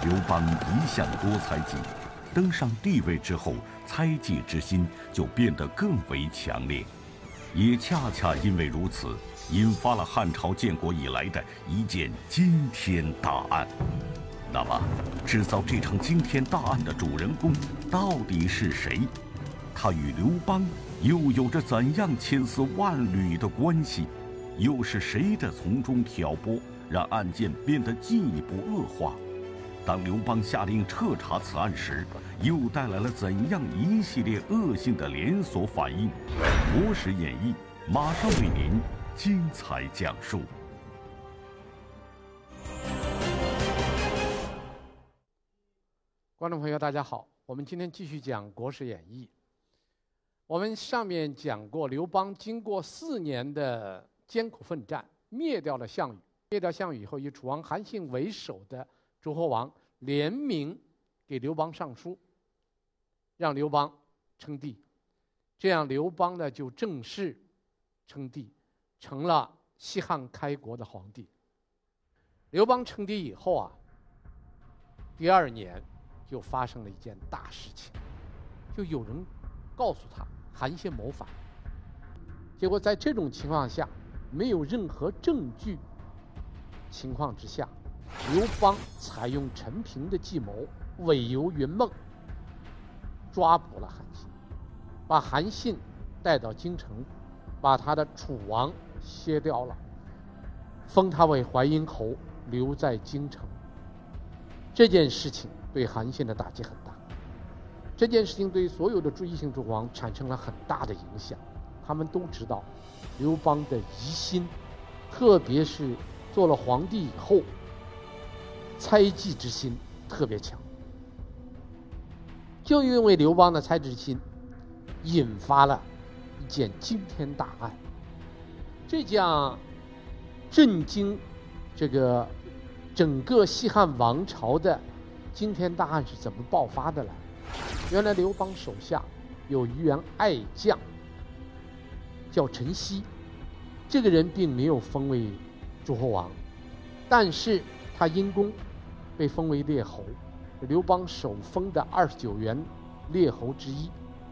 刘邦一向多猜忌，登上帝位之后，猜忌之心就变得更为强烈，也恰恰因为如此，引发了汉朝建国以来的一件惊天大案。那么，制造这场惊天大案的主人公到底是谁？他与刘邦又有着怎样千丝万缕的关系？又是谁的从中挑拨，让案件变得进一步恶化？当刘邦下令彻查此案时，又带来了怎样一系列恶性的连锁反应？国史演义马上为您精彩讲述。 观众朋友，大家好，我们今天继续讲《国史演义》。我们上面讲过，刘邦经过4年的艰苦奋战，灭掉了项羽。灭掉项羽以后，以楚王韩信为首的诸侯王联名给刘邦上书，让刘邦称帝。这样，刘邦呢就正式称帝，成了西汉开国的皇帝。刘邦称帝以后啊，第2年就发生了一件大事情，就有人告诉他韩信谋反。结果在这种情况下，没有任何证据情况之下，刘邦采用陈平的计谋，伪游云梦，抓捕了韩信，把韩信带到京城，把他的楚王削掉了，封他为淮阴侯，留在京城。这件事情对韩信的打击很大，这件事情对所有的异姓诸侯王产生了很大的影响。他们都知道刘邦的疑心，特别是做了皇帝以后，猜忌之心特别强。就因为刘邦的猜忌之心，引发了一件惊天大案。这将震惊这个整个西汉王朝的惊天大案是怎么爆发的呢？原来刘邦手下有一员爱将，叫陈豨。这个人并没有封为诸侯王，但是他因功被封为列侯，刘邦首封的29员列侯之一。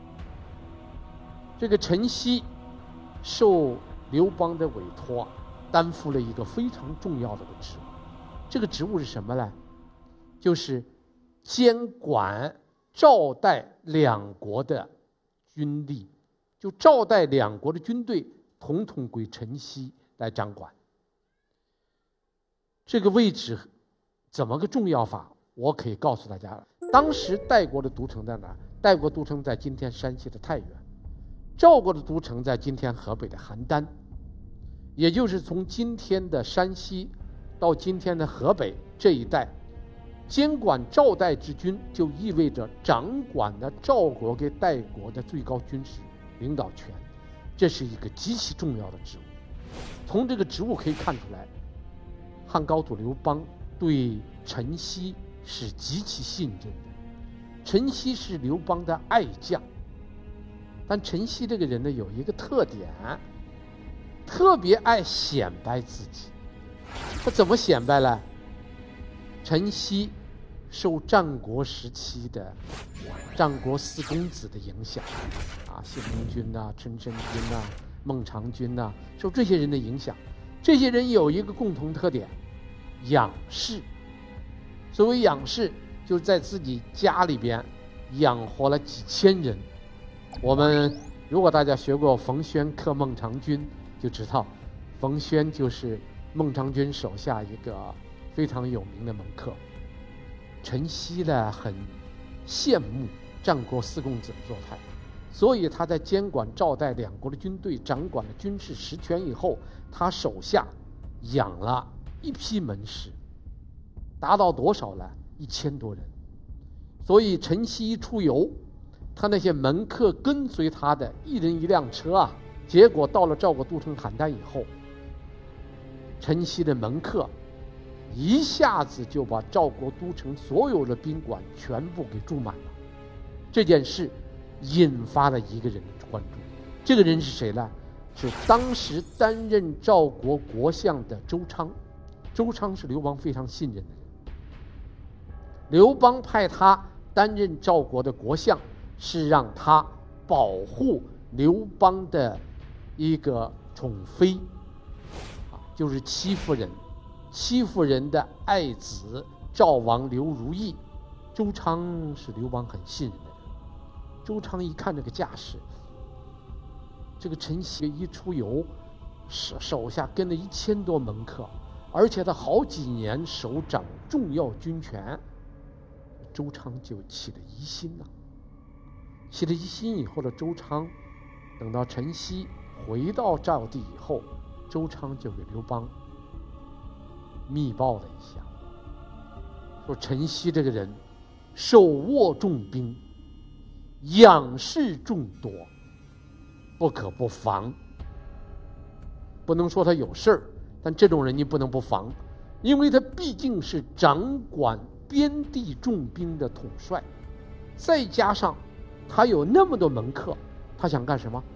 这个陈豨受刘邦的委托，担负了一个非常重要的职务。这个职务是什么呢？就是监管赵代2国的军力，就赵代2国的军队统统归陈豨来掌管。这个位置怎么个重要法？我可以告诉大家了。当时代国的都城在哪儿？代国都城在今天山西的太原，赵国的都城在今天河北的邯郸，也就是从今天的山西到今天的河北这一带，监管赵代之军，就意味着掌管了赵国给代国的最高军事领导权，这是一个极其重要的职务。从这个职务可以看出来，汉高祖刘邦对陈豨是极其信任的。陈豨是刘邦的爱将，但陈豨这个人呢，有一个特点，特别爱显摆自己。他怎么显摆呢？陈豨受战国时期的战国4公子的影响啊，谢公军呐、陈申君呐、孟尝君呐，受这些人的影响。这些人有一个共同特点，养士。所谓养士，就在自己家里边养活了几千人。我们如果大家学过冯谖克孟尝君，就知道冯谖就是孟尝君手下一个非常有名的门客。陈豨呢很羡慕战国4公子的做派，所以他在监管赵代2国的军队，掌管了军事实权以后，他手下养了一批门士，达到多少呢？1000多人。所以陈豨一出游，他那些门客跟随他的一人一辆车啊，结果到了赵国都城邯郸以后，陈豨的门客一下子就把赵国都城所有的宾馆全部给住满了。这件事引发了一个人的关注，这个人是谁呢？是当时担任赵国国相的周昌。周昌是刘邦非常信任的人。 刘邦派他担任赵国的国相，是让他保护刘邦的一个宠妃，就是戚夫人。戚夫人的爱子赵王刘如意，周昌是刘邦很信任的人。周昌一看这个架势，这个陈豨一出游，手下跟了1000多门客，而且他好几年手掌重要军权，周昌就起了疑心了。起了疑心以后的周昌，等到陈豨回到赵地以后，周昌就给刘邦密报了一下，说陈豨这个人手握重兵，养士众多，不可不防。不能说他有事儿，但这种人你不能不防，因为他毕竟是掌管边地重兵的统帅，再加上他有那么多门客，他想干什么？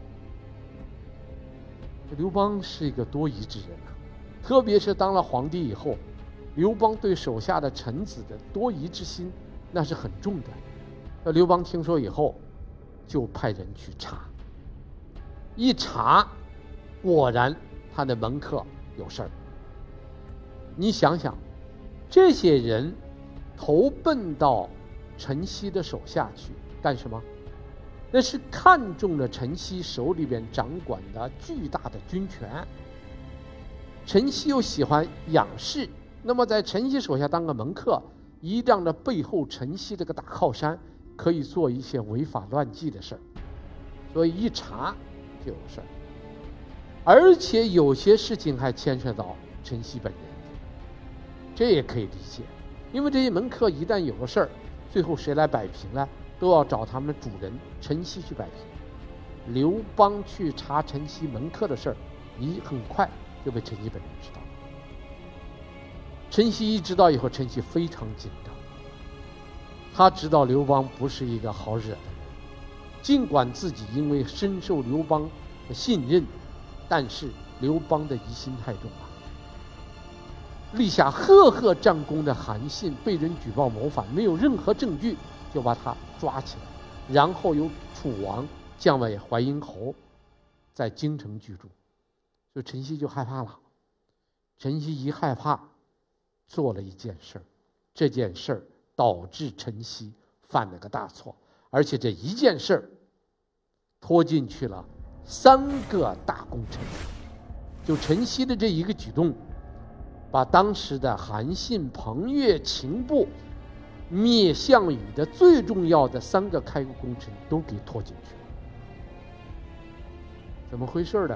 刘邦是一个多疑之人啊，特别是当了皇帝以后，刘邦对手下的臣子的多疑之心那是很重的。那刘邦听说以后，就派人去查，一查，果然他的门客有事儿。你想想，这些人投奔到陈豨的手下去干什么？那是看中了陈豨手里边掌管的巨大的军权。陈豨又喜欢养士，那么在陈豨手下当个门客，一仗着背后陈豨这个大靠山，可以做一些违法乱纪的事儿，所以一查就有事儿。而且有些事情还牵涉到陈豨本人，这也可以理解，因为这些门客一旦有了事儿，最后谁来摆平呢？都要找他们的主人陈豨去摆平。刘邦去查陈豨门客的事儿，很快就被陈豨本人知道了。陈豨一知道以后，陈豨非常紧张，他知道刘邦不是一个好惹的人，尽管自己因为深受刘邦的信任，但是刘邦的疑心太重了。立下赫赫战功的韩信被人举报谋反，没有任何证据，就把他抓起来，然后由楚王降为淮阴侯，在京城居住。所以陈豨就害怕了。陈豨一害怕，做了一件事儿，这件事儿导致陈豨犯了个大错，而且这一件事儿拖进去了3个大功臣。就陈豨的这一个举动，把当时的韩信、彭越、秦布灭项羽的最重要的3个开国功臣都给拖进去了。怎么回事呢？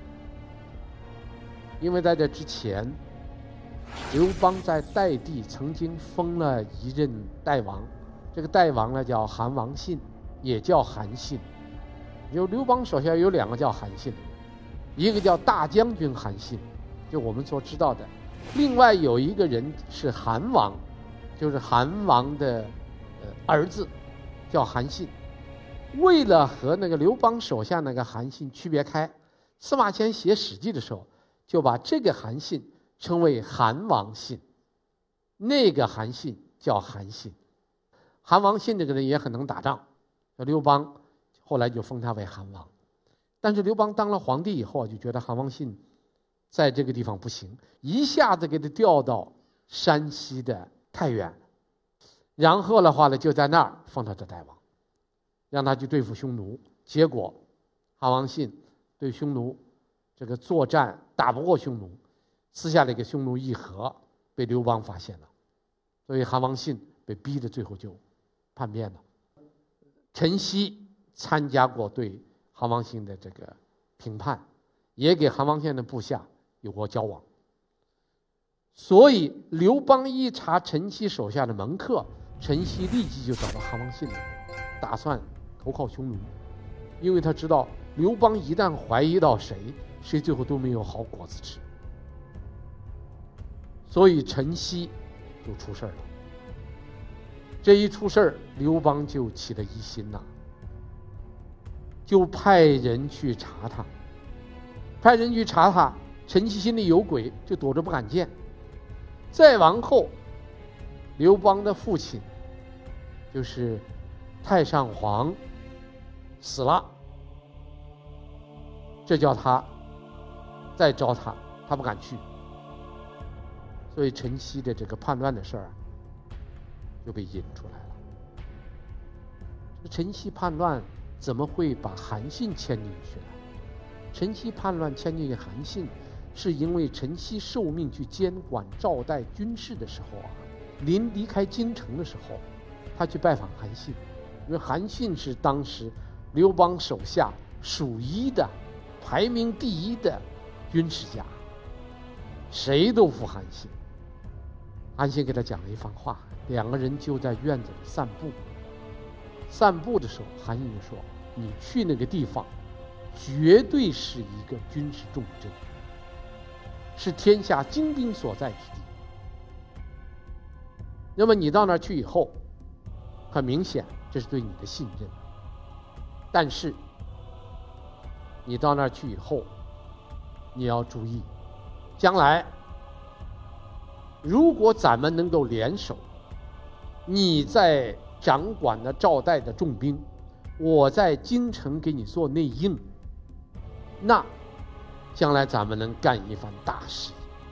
因为在这之前，刘邦在代地曾经封了一任代王，这个代王呢叫韩王信，也叫韩信。刘邦手下有2个叫韩信的人，一个叫大将军韩信，就我们所知道的，另外有一个人是韩王，就是韩王的儿子，叫韩信。为了和那个刘邦手下那个韩信区别开，司马迁写《史记》的时候，就把这个韩信称为韩王信，那个韩信叫韩信。韩王信这个人也很能打仗，刘邦后来就封他为韩王。但是刘邦当了皇帝以后，就觉得韩王信在这个地方不行，一下子给他调到山西的太原，然后的话呢，就在那儿封他做代王，让他去对付匈奴。结果韩王信对匈奴这个作战打不过匈奴，私下里给匈奴议和，被刘邦发现了，所以韩王信被逼的最后就叛变了。陈豨参加过对韩王信的这个评判，也给韩王信的部下有过交往。所以刘邦一查陈豨手下的门客，陈豨立即就找到韩王信了，打算投靠匈奴，因为他知道刘邦一旦怀疑到谁，谁最后都没有好果子吃。所以陈豨就出事了。这一出事，刘邦就起了疑心呐，就派人去查他。陈豨心里有鬼，就躲着不敢见。再往后， 刘邦的父亲就是太上皇死了，这叫他再招他，他不敢去，所以陈豨的这个叛乱的事儿就被引出来了。陈豨叛乱怎么会把韩信牵进去呢？陈豨叛乱牵进去韩信，是因为陈豨受命去监管赵代军事的时候临离开京城的时候，他去拜访韩信，因为韩信是当时刘邦手下数一的、排名第一的军事家，谁都服韩信。韩信给他讲了一番话，两个人就在院子里散步。散步的时候，韩信就说：“你去那个地方，绝对是一个军事重镇，是天下精兵所在之地。那么你到那儿去以后，很明显这是对你的信任。但是你到那儿去以后，你要注意，将来如果咱们能够联手，你在掌管了赵代的重兵，我在京城给你做内应，那将来咱们能干一番大事。”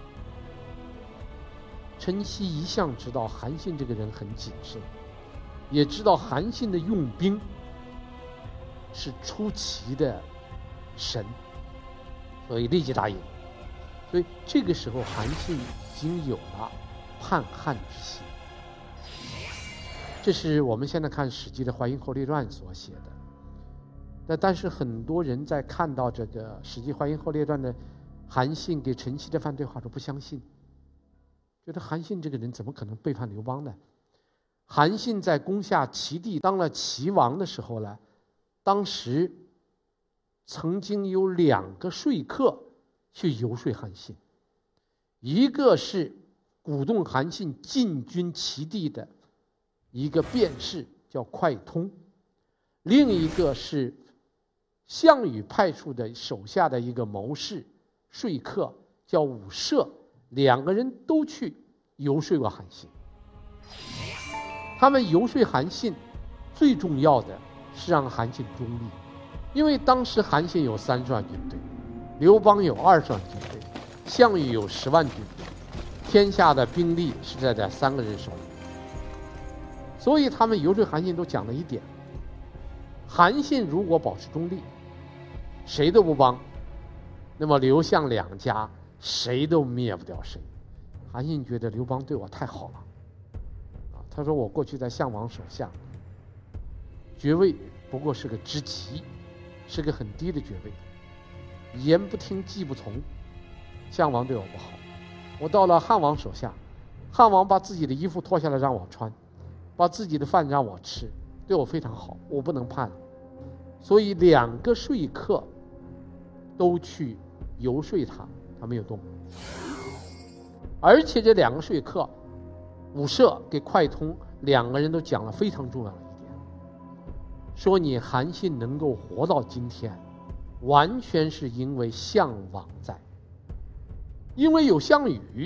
陈豨一向知道韩信这个人很谨慎，也知道韩信的用兵是出奇的神，所以立即答应。所以这个时候韩信已经有了叛汉之心。这是我们现在看《史记》的《淮阴侯列传》所写的。但是很多人在看到这个《史记·淮阴侯列传》的韩信给陈豨的番对话都不相信，觉得韩信这个人怎么可能背叛刘邦呢？韩信在攻下齐地当了齐王的时候呢，当时曾经有2个说客去游说韩信，一个是鼓动韩信进军齐地的一个辩士叫快通，另一个是项羽派出的手下的一个谋士说客叫伍射，2个人都去游说过韩信。他们游说韩信最重要的是让韩信中立，因为当时韩信有30万军队，刘邦有20万军队，项羽有10万军队，天下的兵力是在这3个人手里。所以他们游说韩信都讲了一点：韩信如果保持中立，谁都不帮，那么刘项2家谁都灭不掉谁。韩信觉得刘邦对我太好了，他说我过去在项王手下，爵位不过是个知旗，是个很低的爵位，言不听计不从，项王对我不好。我到了汉王手下，汉王把自己的衣服脱下来让我穿，把自己的饭让我吃，对我非常好，我不能叛。所以2个说客都去游说他，他没有动。而且这2个说客，伍射给快通2个人都讲了非常重要的一点，说你韩信能够活到今天，完全是因为项王在，因为有项羽，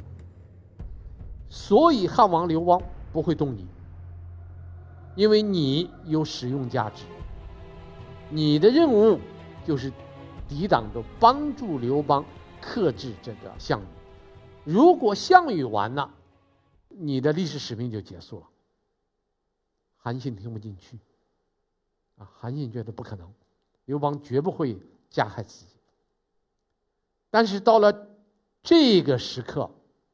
所以汉王刘邦不会动你，因为你有使用价值，你的任务就是抵挡着帮助刘邦克制这个项羽。如果项羽完了，你的历史使命就结束了。韩信听不进去，韩信觉得不可能，刘邦绝不会加害自己。但是到了这个时刻，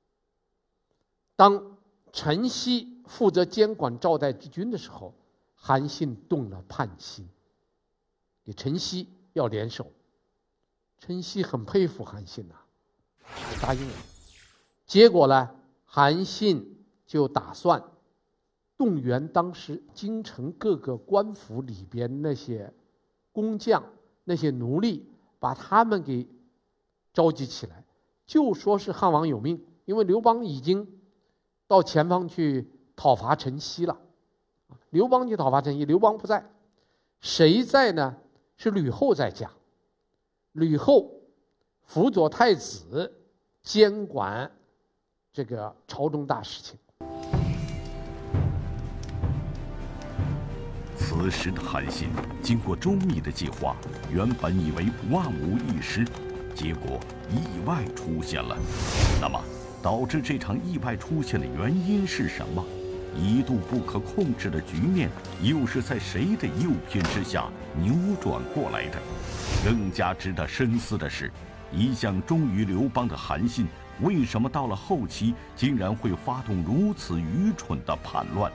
当陈豨负责监管赵代之军的时候，韩信动了叛心，给陈豨要联手。陈豨很佩服韩信呐，就答应了。结果呢，韩信就打算动员当时京城各个官府里边那些工匠、那些奴隶，把他们给召集起来，就说是汉王有命，因为刘邦已经到前方去讨伐陈豨了。刘邦去讨伐陈豨，刘邦不在，谁在呢？是吕后在家。吕后辅佐太子，监管这个朝中大事情。 此时的韩信经过周密的计划，原本以为万无一失，结果意外出现了。那么，导致这场意外出现的原因是什么？一度不可控制的局面又是在谁的诱骗之下扭转过来的？更加值得深思的是，一向忠于刘邦的韩信，为什么到了后期竟然会发动如此愚蠢的叛乱？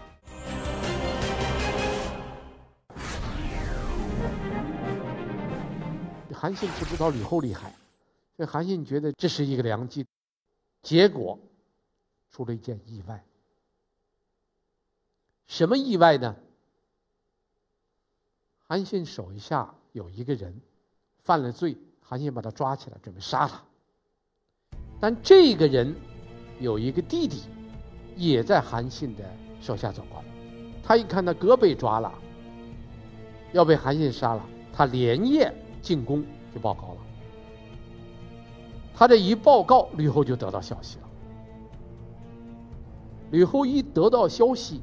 韩信不知道吕后厉害，所以韩信觉得这是一个良机，结果出了一件意外。什么意外呢？韩信手下有一个人犯了罪，韩信把他抓起来准备杀他。但这个人有一个弟弟也在韩信的手下做官，他一看他哥被抓了，要被韩信杀了，他连夜进宫去报告了。他这一报告，吕后就得到消息了。吕后一得到消息，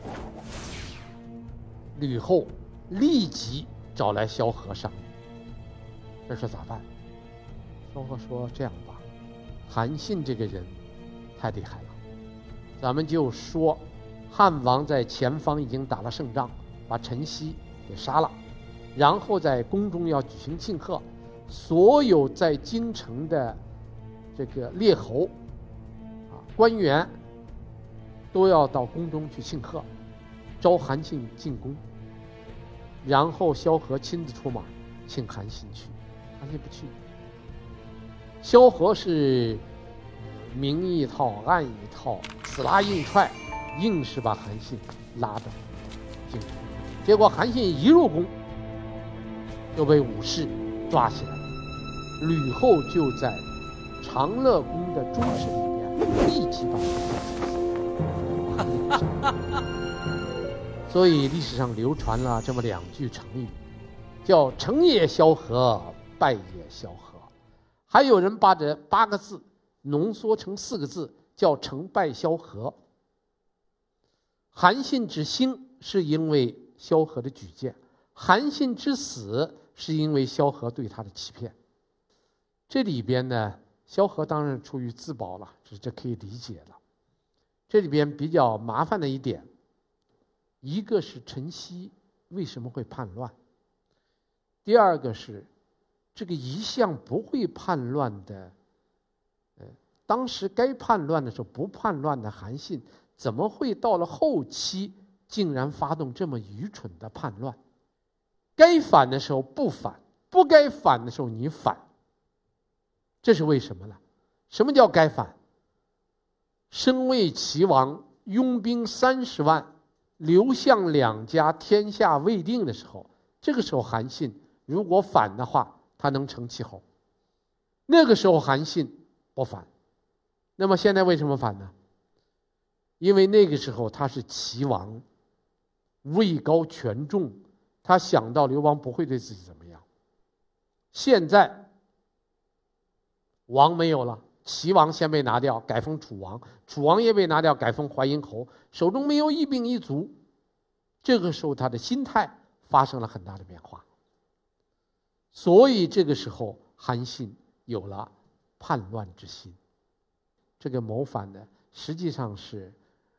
吕后立即找来萧何商议，这事咋办？萧何说：“这样吧，韩信这个人太厉害了，咱们就说汉王在前方已经打了胜仗，把陈豨给杀了，然后在宫中要举行庆贺，所有在京城的这个列侯官员都要到宫中去庆贺，召韩信进宫，然后萧何亲自出马请韩信去，韩信不去。萧何是明一套暗一套，死拉硬踹，硬是把韩信拉到京城。结果韩信一入宫就被武士抓起来，吕后就在长乐宫的中室里边立即把他处死。所以历史上流传了这么两句成语，叫成也萧何，败也萧何。还有人把这8个字浓缩成4个字，叫成败萧何。韩信之兴是因为萧何的举荐，韩信之死是因为萧何对他的欺骗。这里边呢，萧何当然出于自保了，这可以理解了。这里边比较麻烦的一点，一个是陈豨为什么会叛乱，第二个是这个一向不会叛乱的，当时该叛乱的时候不叛乱的韩信，怎么会到了后期竟然发动这么愚蠢的叛乱？该反的时候不反，不该反的时候你反，这是为什么呢？什么叫该反？身为齐王，拥兵30万，刘项两家天下未定的时候，这个时候韩信如果反的话，他能成气候。那个时候韩信不反，那么现在为什么反呢？因为那个时候他是齐王，位高权重，他想到刘邦不会对自己怎么样。现在王没有了，齐王先被拿掉，改封楚王，楚王也被拿掉，改封淮阴侯，手中没有一兵一卒。这个时候他的心态发生了很大的变化，所以这个时候韩信有了叛乱之心。这个谋反呢，实际上是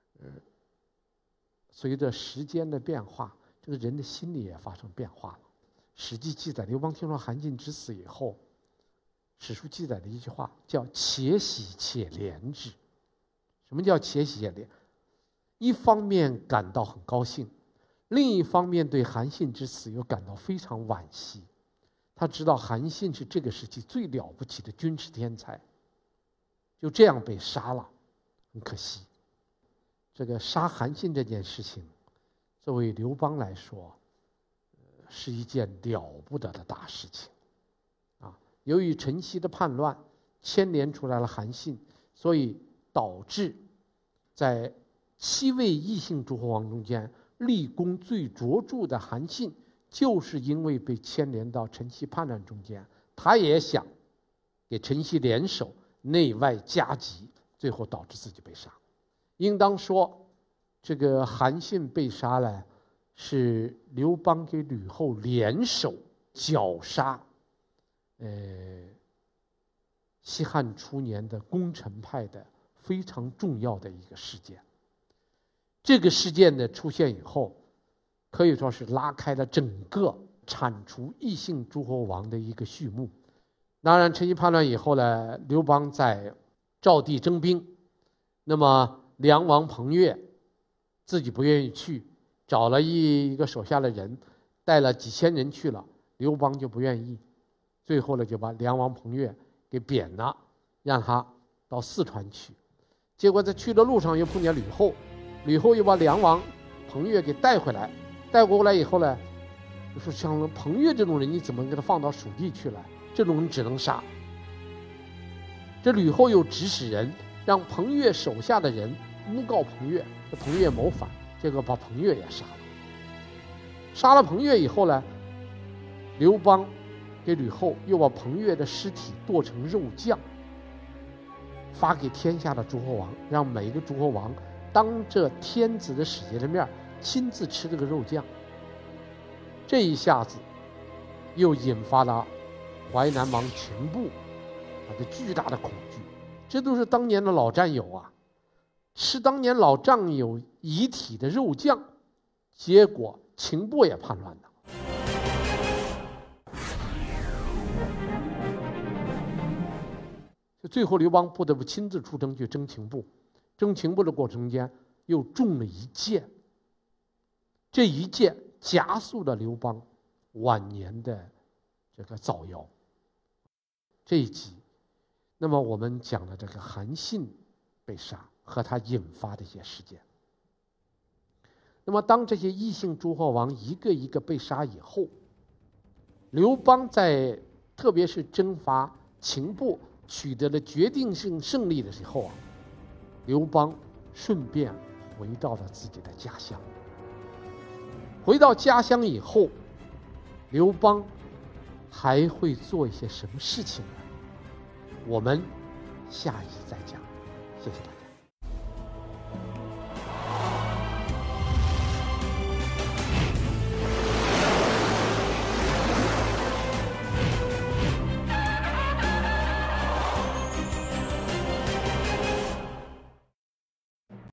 随着时间的变化，这个人的心理也发生变化了。史记记载，刘邦听说韩信之死以后，史书记载的一句话叫且喜且怜之。什么叫且喜且怜？一方面感到很高兴，另一方面对韩信之死又感到非常惋惜。他知道韩信是这个时期最了不起的军事天才，就这样被杀了，很可惜。这个杀韩信这件事情，作为刘邦来说，是一件了不得的大事情。由于陈豨的叛乱牵连出来了韩信，所以导致在7位异姓诸侯王中间，立功最卓著的韩信，就是因为被牵连到陈豨叛乱中间，他也想给陈豨联手，内外夹击，最后导致自己被杀。应当说，这个韩信被杀了， 是刘邦给吕后联手绞杀，西汉初年的功臣派的非常重要的一个事件。这个事件的出现以后，可以说是拉开了整个铲除异姓诸侯王的一个序幕。当然，陈豨叛乱以后呢，刘邦在赵地征兵，那么梁王彭越自己不愿意去，找了一个手下的人，带了几千人去了，刘邦就不愿意，最后呢就把梁王彭越给贬了，让他到四川去。结果在去的路上又碰见吕后，吕后又把梁王彭越给带回来，带过来以后呢，就说像彭越这种人，你怎么给他放到蜀地去了？这种人只能杀。这吕后又指使人让彭越手下的人诬告彭越，彭越谋反，结果把彭越也杀了。杀了彭越以后呢，刘邦给吕后又把彭越的尸体剁成肉酱，发给天下的诸侯王，让每一个诸侯王当着天子的使节的面亲自吃这个肉酱。这一下子又引发了淮南王秦布的巨大的恐惧。这都是当年的老战友啊，吃当年老战友遗体的肉酱，结果秦布也叛乱了。最后刘邦不得不亲自出征去征秦布，征秦布的过程间又中了一箭，这一箭加速了刘邦晚年的这个早夭。这一集，那么我们讲了这个韩信被杀和他引发的一些事件。那么当这些异姓诸侯王一个一个被杀以后，刘邦在特别是征伐秦布取得了决定性胜利的时候啊，刘邦顺便回到了自己的家乡。回到家乡以后，刘邦还会做一些什么事情呢？我们下一集再讲，谢谢大家。